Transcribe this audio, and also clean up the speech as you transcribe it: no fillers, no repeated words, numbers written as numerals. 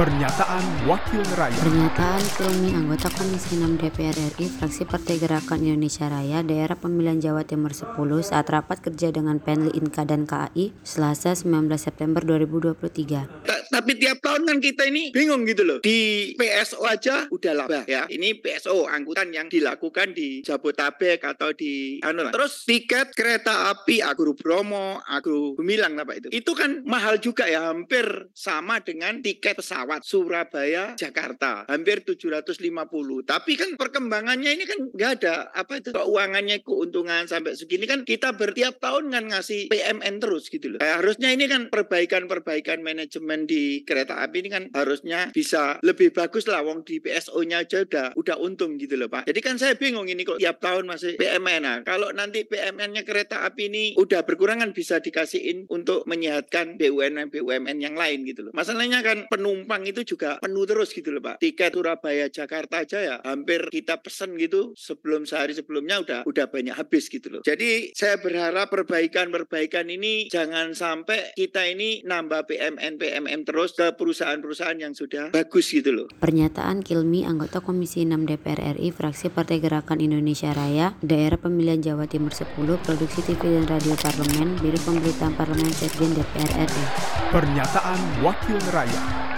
Pernyataan Wakil Rakyat. Pernyataan Kilmi, anggota Komisi 6 DPR RI, fraksi Partai Gerakan Indonesia Raya, Daerah Pemilihan Jawa Timur 10 saat rapat kerja dengan Penli, Inka, dan KAI, Selasa 19 September 2023. Tapi tiap tahun kan kita ini bingung gitu loh. Di PSO aja udah laba ya. Ini PSO, angkutan yang dilakukan di Jabotabek atau di Terus tiket kereta api Agro Bromo, Agro Gumilang apa itu. Itu kan mahal juga ya, hampir sama dengan tiket pesawat Surabaya Jakarta, hampir 750. Tapi kan perkembangannya ini kan nggak ada keuangannya, keuntungan sampai segini kan kita bertiap tahun kan ngasih PMN terus gitu loh. Harusnya ini kan perbaikan manajemen di kereta api ini kan harusnya bisa lebih bagus lah, wong di PSO-nya aja udah untung gitu loh Pak. Jadi kan saya bingung ini kok tiap tahun masih PMN. Nah, kalau nanti PMN-nya kereta api ini udah berkurangan bisa dikasihin untuk menyehatkan BUMN yang lain gitu loh. Masalahnya kan penumpang itu juga penuh terus gitu loh Pak. Tiket Surabaya Jakarta aja ya hampir kita pesen gitu sehari sebelumnya udah banyak habis gitu loh. Jadi saya berharap perbaikan ini jangan sampai kita ini nambah PMN terus ke perusahaan-perusahaan yang sudah bagus gitu loh. Pernyataan Kilmi, anggota Komisi 6 DPR RI, fraksi Partai Gerakan Indonesia Raya, Daerah Pemilihan Jawa Timur 10, Produksi TV dan Radio Parlemen, Biro Pemberitaan Parlemen, Sekjen DPR RI. Pernyataan Wakil Rakyat.